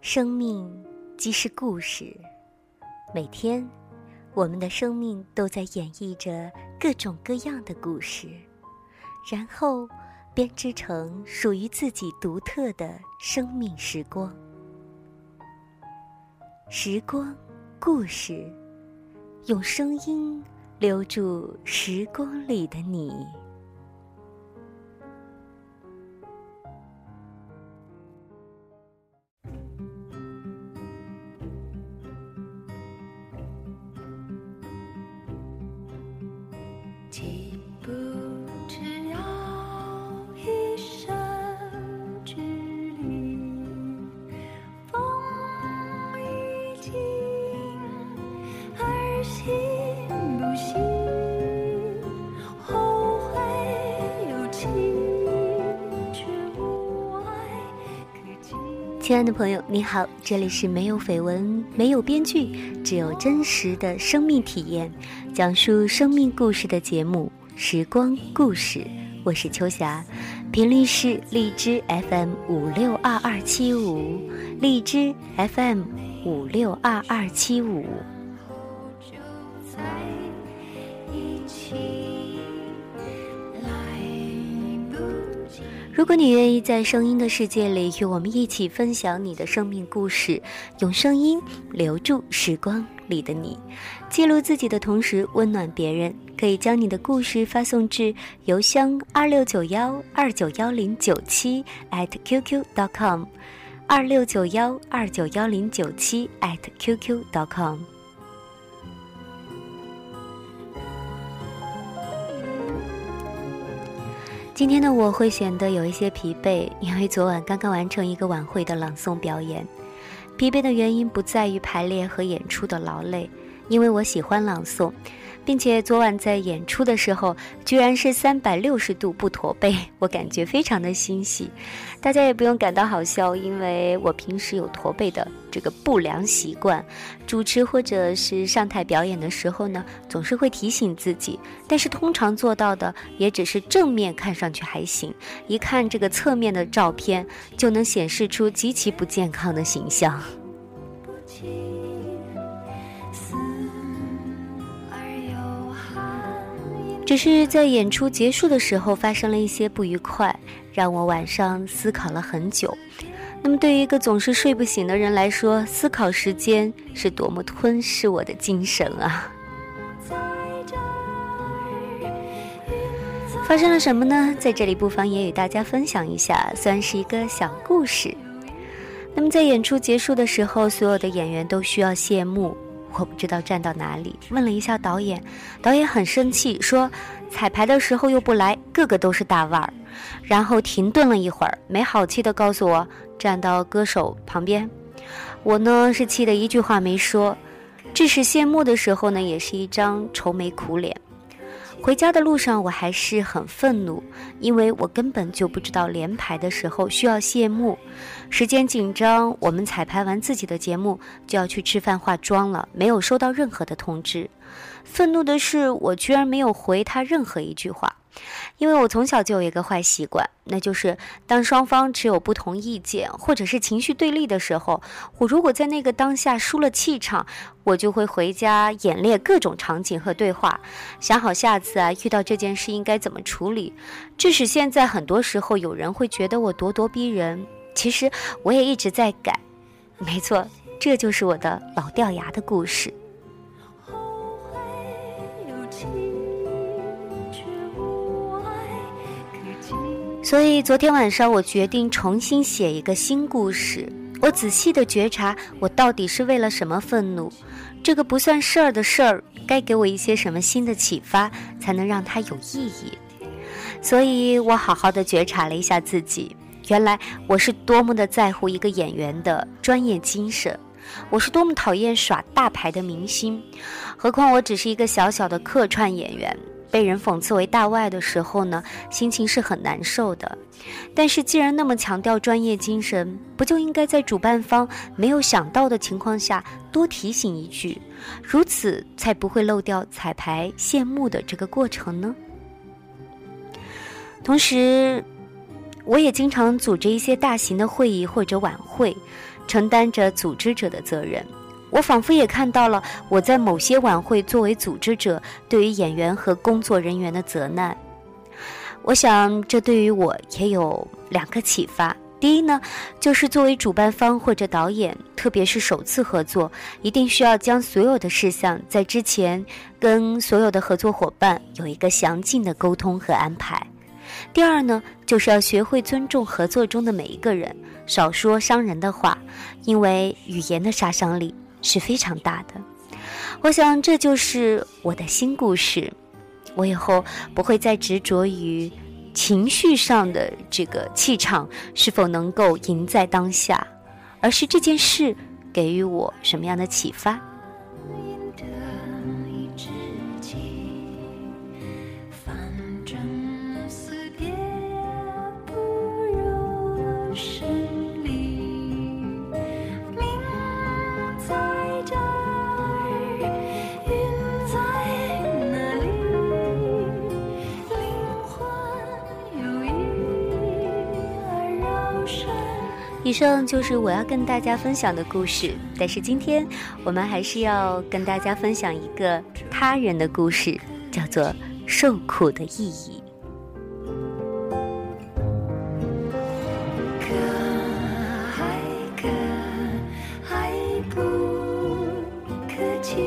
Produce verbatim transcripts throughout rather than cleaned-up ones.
生命即是故事，每天我们的生命都在演绎着各种各样的故事，然后编织成属于自己独特的生命时光。时光故事，用声音留住时光里的你。 几步之遥，一生距离，风已尽，而心不息，后会有期，却无爱可及。 亲爱的朋友，你好，这里是没有绯闻，没有编剧，只有真实的生命体验，讲述生命故事的节目《时光故事》，我是秋霞，频率是荔枝 F M 五六二二七五，荔枝 F M 五六二二七五。 就在一起，来不及。 如果你愿意在声音的世界里与我们一起分享你的生命故事，用声音留住时光里的你，记录自己的同时温暖别人，可以将你的故事发送至邮箱二六九幺二九幺零九七 at qq dot com 二六九幺二九幺零九七 at qq dot com。今天的我会显得有一些疲惫，因为昨晚刚刚完成一个晚会的朗诵表演。疲惫的原因不在于排练和演出的劳累，因为我喜欢朗诵，并且昨晚在演出的时候居然是三百六十度不驼背，我感觉非常的欣喜。大家也不用感到好笑，因为我平时有驼背的这个不良习惯，主持或者是上台表演的时候呢，总是会提醒自己，但是通常做到的也只是正面看上去还行，一看这个侧面的照片就能显示出极其不健康的形象。只是在演出结束的时候发生了一些不愉快，让我晚上思考了很久。那么对于一个总是睡不醒的人来说，思考时间是多么吞噬我的精神啊！发生了什么呢？在这里不妨也与大家分享一下，算是一个小故事。那么在演出结束的时候，所有的演员都需要谢幕，我不知道站到哪里，问了一下导演，导演很生气，说彩排的时候又不来，个个都是大腕儿。然后停顿了一会儿，没好气地告诉我站到歌手旁边。我呢是气得一句话没说，致使谢幕的时候呢，也是一张愁眉苦脸。回家的路上我还是很愤怒，因为我根本就不知道连排的时候需要谢幕，时间紧张，我们彩排完自己的节目就要去吃饭化妆了，没有收到任何的通知。愤怒的是我居然没有回他任何一句话，因为我从小就有一个坏习惯，那就是当双方持有不同意见或者是情绪对立的时候，我如果在那个当下输了气场，我就会回家演练各种场景和对话，想好下次啊遇到这件事应该怎么处理。致使现在很多时候有人会觉得我咄咄逼人，其实我也一直在改。没错，这就是我的老掉牙的故事。所以昨天晚上我决定重新写一个新故事，我仔细地觉察我到底是为了什么愤怒，这个不算事儿的事儿该给我一些什么新的启发，才能让它有意义。所以我好好地觉察了一下自己，原来我是多么的在乎一个演员的专业精神，我是多么讨厌耍大牌的明星，何况我只是一个小小的客串演员，被人讽刺为大腕的时候呢，心情是很难受的。但是既然那么强调专业精神，不就应该在主办方没有想到的情况下多提醒一句，如此才不会漏掉彩排谢幕的这个过程呢？同时我也经常组织一些大型的会议或者晚会， 承担着组织者的责任。我仿佛也看到了我在某些晚会作为组织者对于演员和工作人员的责难。我想这对于我也有两个启发。第一呢，就是作为主办方或者导演，特别是首次合作，一定需要将所有的事项在之前跟所有的合作伙伴有一个详尽的沟通和安排。第二呢，就是要学会尊重合作中的每一个人，少说伤人的话，因为语言的杀伤力是非常大的。我想这就是我的新故事。我以后不会再执着于情绪上的这个气场是否能够赢在当下，而是这件事给予我什么样的启发。以上就是我要跟大家分享的故事，但是今天我们还是要跟大家分享一个他人的故事，叫做受苦的意义。 可爱可爱不可及，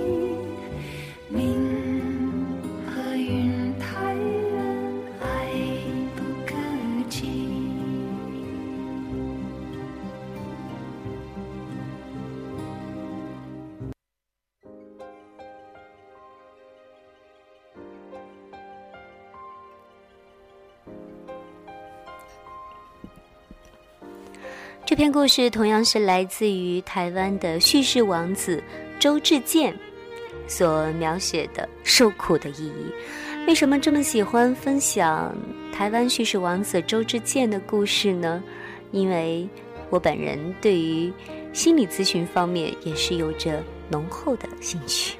明和云太远，爱不可及。 这篇故事同样是来自于台湾的叙事王子周志健所描写的受苦的意义。为什么这么喜欢分享台湾叙事王子周志健的故事呢？因为我本人对于心理咨询方面也是有着浓厚的兴趣。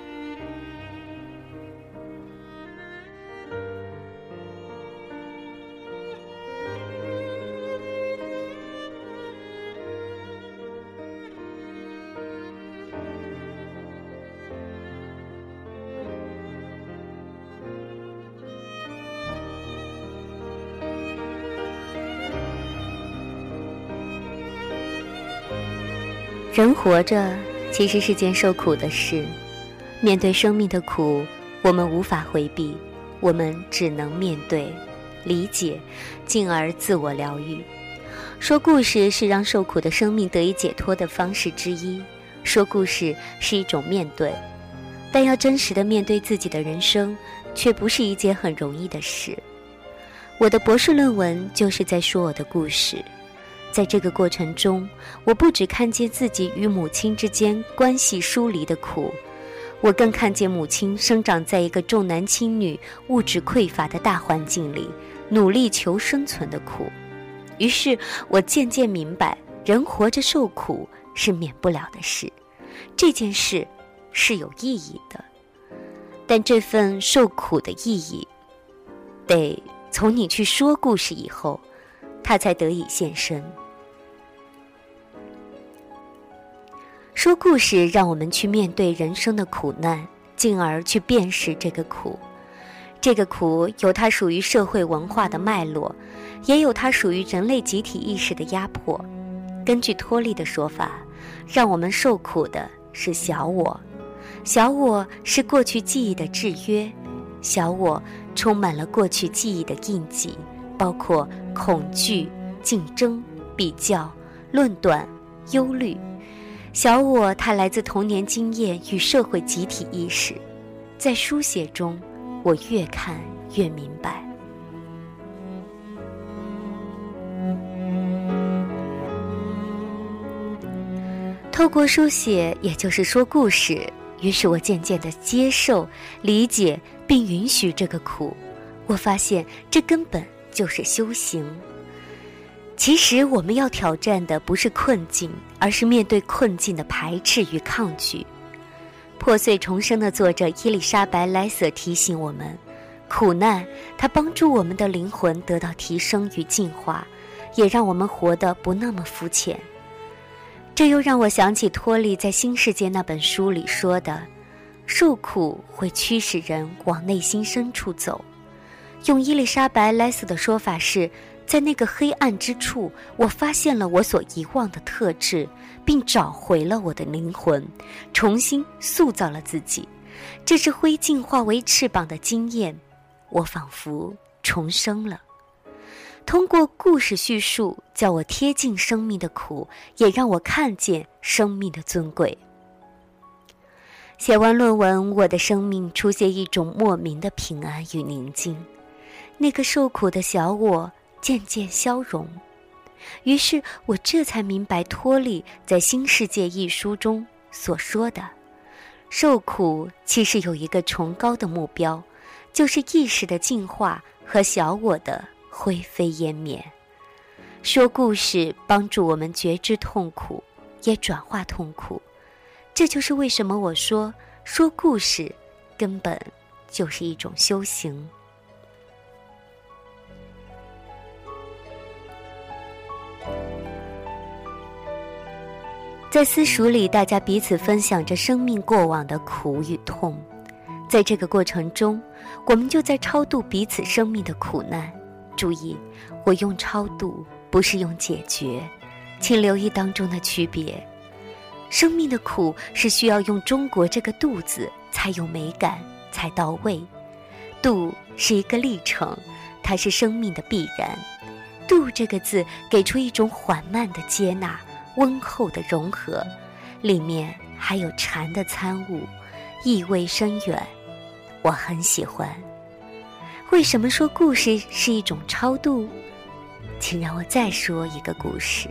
人活着其实是件受苦的事，面对生命的苦，我们无法回避，我们只能面对、理解，进而自我疗愈。说故事是让受苦的生命得以解脱的方式之一，说故事是一种面对，但要真实的面对自己的人生，却不是一件很容易的事。我的博士论文就是在说我的故事。在这个过程中，我不只看见自己与母亲之间关系疏离的苦，我更看见母亲生长在一个重男轻女、物质匮乏的大环境里，努力求生存的苦。于是我渐渐明白，人活着受苦是免不了的事，这件事是有意义的，但这份受苦的意义，得从你去说故事以后，它才得以现身。说故事让我们去面对人生的苦难，进而去辨识这个苦。这个苦有它属于社会文化的脉络，也有它属于人类集体意识的压迫。根据托利的说法，让我们受苦的是小我，小我是过去记忆的制约，小我充满了过去记忆的印记，包括恐惧、竞争、比较、论断、忧虑。小我它来自童年经验与社会集体意识，在书写中，我越看越明白。透过书写，也就是说故事，于是我渐渐地接受、理解并允许这个苦。我发现这根本就是修行。其实我们要挑战的不是困境，而是面对困境的排斥与抗拒。破碎重生的作者伊丽莎白·莱瑟提醒我们，苦难它帮助我们的灵魂得到提升与进化，也让我们活得不那么肤浅。 这又让我想起托利在《新世界》那本书里说的，受苦会驱使人往内心深处走。用伊丽莎白·莱斯的说法是，在那个黑暗之处，我发现了我所遗忘的特质，并找回了我的灵魂，重新塑造了自己。这是灰烬化为翅膀的经验，我仿佛重生了。通过故事叙述，叫我贴近生命的苦，也让我看见生命的尊贵。写完论文，我的生命出现一种莫名的平安与宁静，那个受苦的小我渐渐消融。于是我这才明白托利在《新世界》一书中所说的，受苦其实有一个崇高的目标，就是意识的进化和小我的灰飞烟灭。说故事帮助我们觉知痛苦，也转化痛苦。这就是为什么我说，说故事根本就是一种修行。在私塾里，大家彼此分享着生命过往的苦与痛，在这个过程中，我们就在超度彼此生命的苦难。注意，我用超度，不是用解决，请留意当中的区别。生命的苦是需要用中国这个度字才有美感，才到位。度是一个历程，它是生命的必然。度这个字给出一种缓慢的接纳，温厚的融合，里面还有禅的参悟，意味深远，我很喜欢。为什么说故事是一种超度？请让我再说一个故事。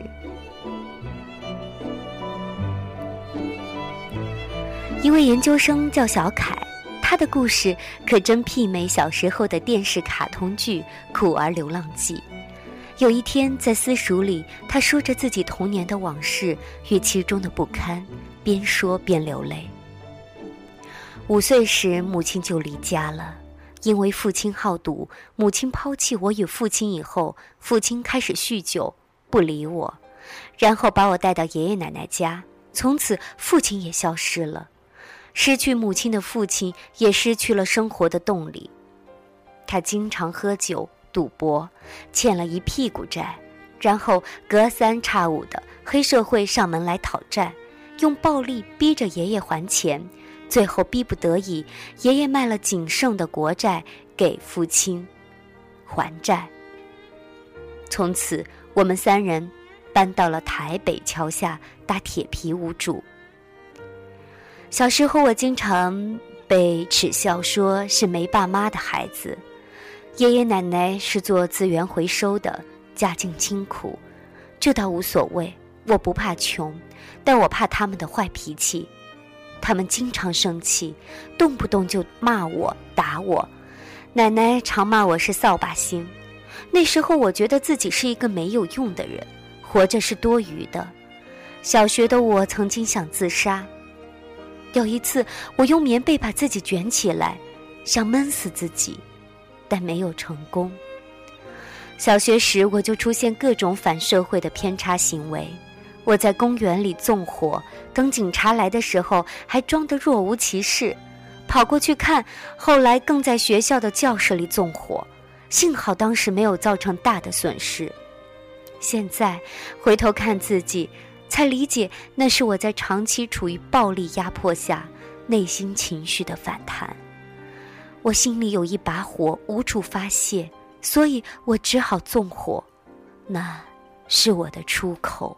一位研究生叫小凯，他的故事可真媲美小时候的电视卡通剧《苦儿流浪记》。有一天在私塾里，他说着自己童年的往事与其中的不堪，边说边流泪。五岁时母亲就离家了，因为父亲好赌，母亲抛弃我与父亲以后，父亲开始酗酒，不理我，然后把我带到爷爷奶奶家，从此父亲也消失了。失去母亲的父亲也失去了生活的动力，他经常喝酒赌博，欠了一屁股债，然后隔三差五的黑社会上门来讨债，用暴力逼着爷爷还钱，最后逼不得已，爷爷卖了仅剩的国债给父亲还债。从此我们三人搬到了台北桥下搭铁皮屋住。小时候我经常被耻笑说是没爸妈的孩子，爷爷奶奶是做资源回收的，家境清苦，这倒无所谓，我不怕穷，但我怕他们的坏脾气。他们经常生气，动不动就骂我打我，奶奶常骂我是扫把星。那时候我觉得自己是一个没有用的人，活着是多余的。小学的我曾经想自杀，有一次我用棉被把自己卷起来，想闷死自己，但没有成功。小学时我就出现各种反社会的偏差行为，我在公园里纵火，等警察来的时候还装得若无其事，跑过去看，后来更在学校的教室里纵火，幸好当时没有造成大的损失。现在回头看自己，才理解那是我在长期处于暴力压迫下内心情绪的反弹。我心里有一把火无处发泄，所以我只好纵火，那是我的出口。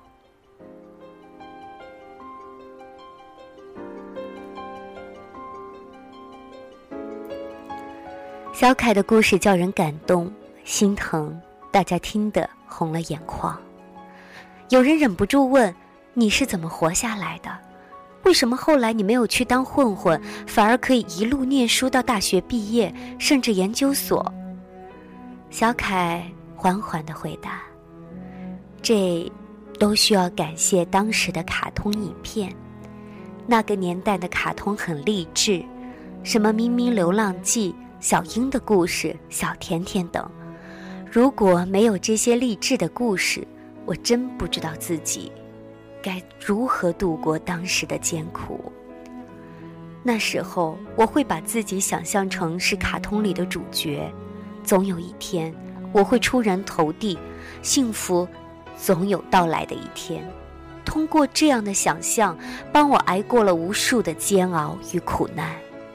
小凯的故事叫人感动心疼，大家听得红了眼眶。有人忍不住问，你是怎么活下来的？为什么后来你没有去当混混，反而可以一路念书到大学毕业，甚至研究所？小凯缓缓地回答，这都需要感谢当时的卡通影片。那个年代的卡通很励志，什么咪咪流浪记、小鹰的故事、小甜甜等。如果没有这些励志的故事，我真不知道自己该如何度过当时的艰苦。那时候我会把自己想象成是卡通里的主角，总有一天我会出人头地，幸福总有到来的一天。通过这样的想象，帮我挨过了无数的煎熬与苦难。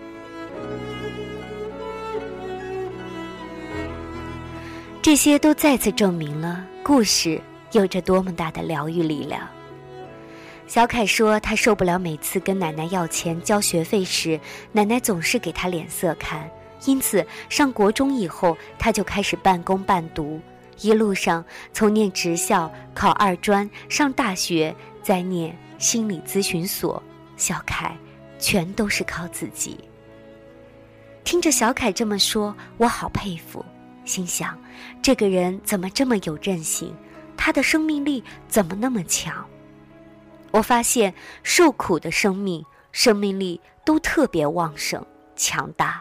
这些都再次证明了故事有着多么大的疗愈力量。小凯说，他受不了每次跟奶奶要钱交学费时，奶奶总是给他脸色看，因此上国中以后，他就开始半工半读，一路上从念职校、考二专、上大学，再念心理咨询所，小凯全都是靠自己。听着小凯这么说，我好佩服，心想，这个人怎么这么有韧性？他的生命力怎么那么强？我发现受苦的生命，生命力都特别旺盛、强大。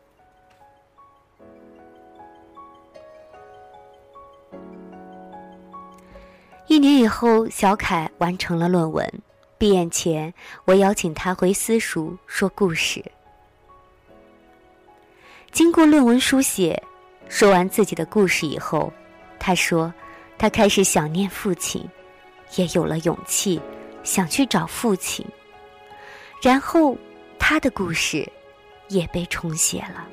一年以后，小凯完成了论文。毕业前，我邀请他回私塾说故事。经过论文书写，说完自己的故事以后，他说他开始想念父亲，也有了勇气想去找父亲。然后他的故事也被重写了。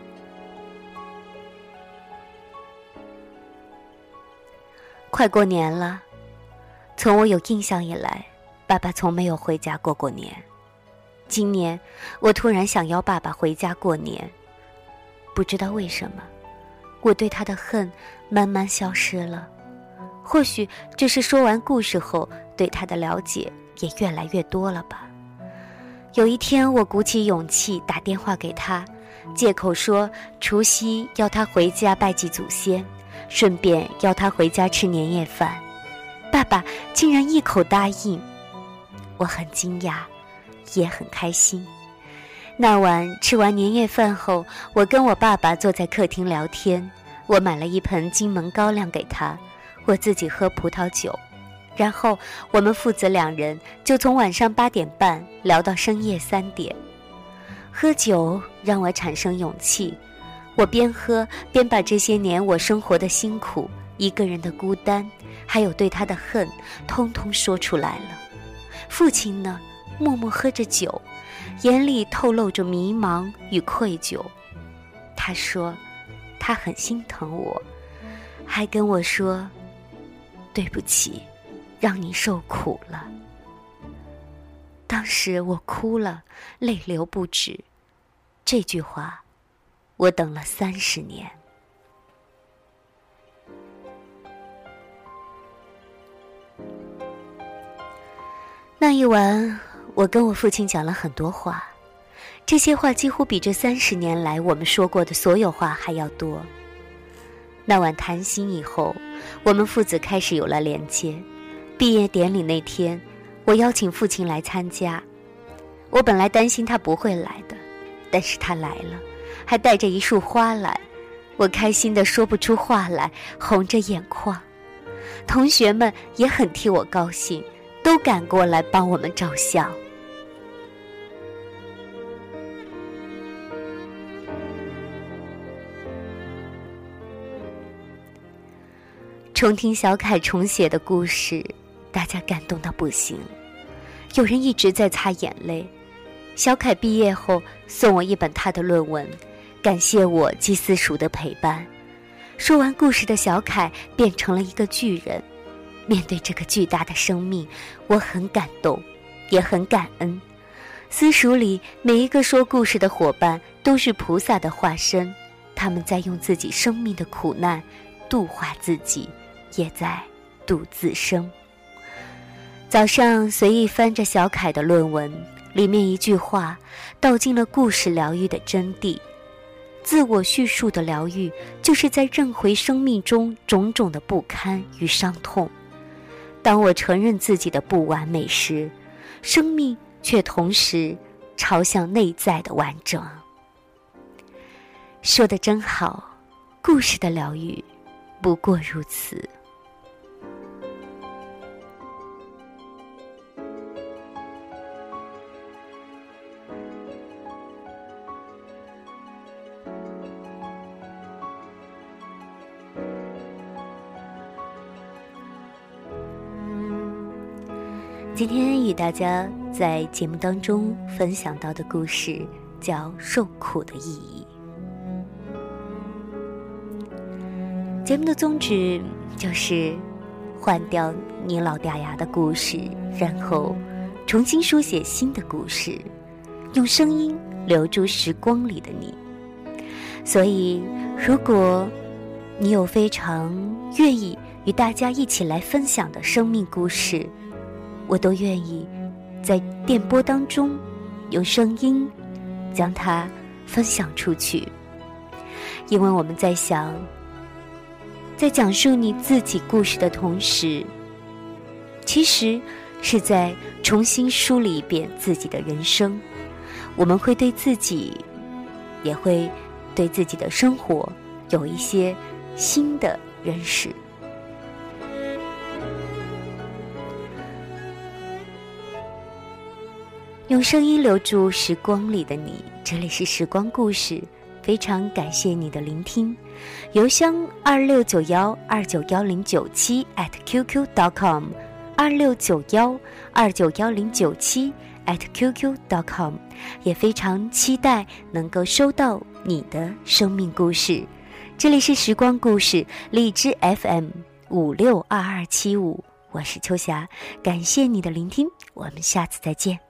快过年了，从我有印象以来，爸爸从没有回家过过年。今年我突然想邀爸爸回家过年，不知道为什么，我对他的恨慢慢消失了。或许这是说完故事后对他的了解也越来越多了吧。有一天，我鼓起勇气打电话给他，借口说除夕要他回家拜祭祖先，顺便邀他回家吃年夜饭。爸爸竟然一口答应，我很惊讶，也很开心。那晚吃完年夜饭后，我跟我爸爸坐在客厅聊天，我买了一盆金门高粱给他，我自己喝葡萄酒，然后我们父子两人就从晚上八点半聊到深夜三点。喝酒让我产生勇气，我边喝边把这些年我生活的辛苦、一个人的孤单，还有对他的恨，通通说出来了。父亲呢，默默喝着酒，眼里透露着迷茫与愧疚。他说他很心疼我，还跟我说对不起，让你受苦了。当时我哭了，泪流不止。这句话我等了三十年。那一晚，我跟我父亲讲了很多话，这些话几乎比这三十年来我们说过的所有话还要多。那晚谈心以后，我们父子开始有了连接。毕业典礼那天，我邀请父亲来参加。我本来担心他不会来的，但是他来了，还带着一束花来。我开心得说不出话来，红着眼眶。同学们也很替我高兴，都赶过来帮我们照相。重听小凯重写的故事，大家感动到不行，有人一直在擦眼泪。小凯毕业后送我一本他的论文，感谢我及私塾的陪伴。说完故事的小凯变成了一个巨人，面对这个巨大的生命，我很感动，也很感恩。私塾里每一个说故事的伙伴都是菩萨的化身，他们在用自己生命的苦难度化自己，也在度自生。早上随意翻着小凯的论文，里面一句话道尽了故事疗愈的真谛。自我叙述的疗愈，就是在认回生命中种种的不堪与伤痛。当我承认自己的不完美时，生命却同时朝向内在的完整。说得真好，故事的疗愈不过如此。 今天与大家在节目当中分享到的故事叫《受苦的意义》。节目的宗旨就是换掉你老掉牙的故事，然后重新书写新的故事，用声音留住时光里的你。所以如果你有非常愿意与大家一起来分享的生命故事，我都愿意在电波当中用声音将它分享出去。因为我们在想，在讲述你自己故事的同时，其实是在重新梳理一遍自己的人生。我们会对自己，也会对自己的生活有一些新的认识。用声音留住时光里的你，这里是时光故事，非常感谢你的聆听。邮箱二六九幺二九幺零九七 at qq dot com 二六九幺二九幺零九七 at qq dot com， 也非常期待能够收到你的生命故事。这里是时光故事，荔枝 F M 五六二二七五，我是秋霞，感谢你的聆听，我们下次再见。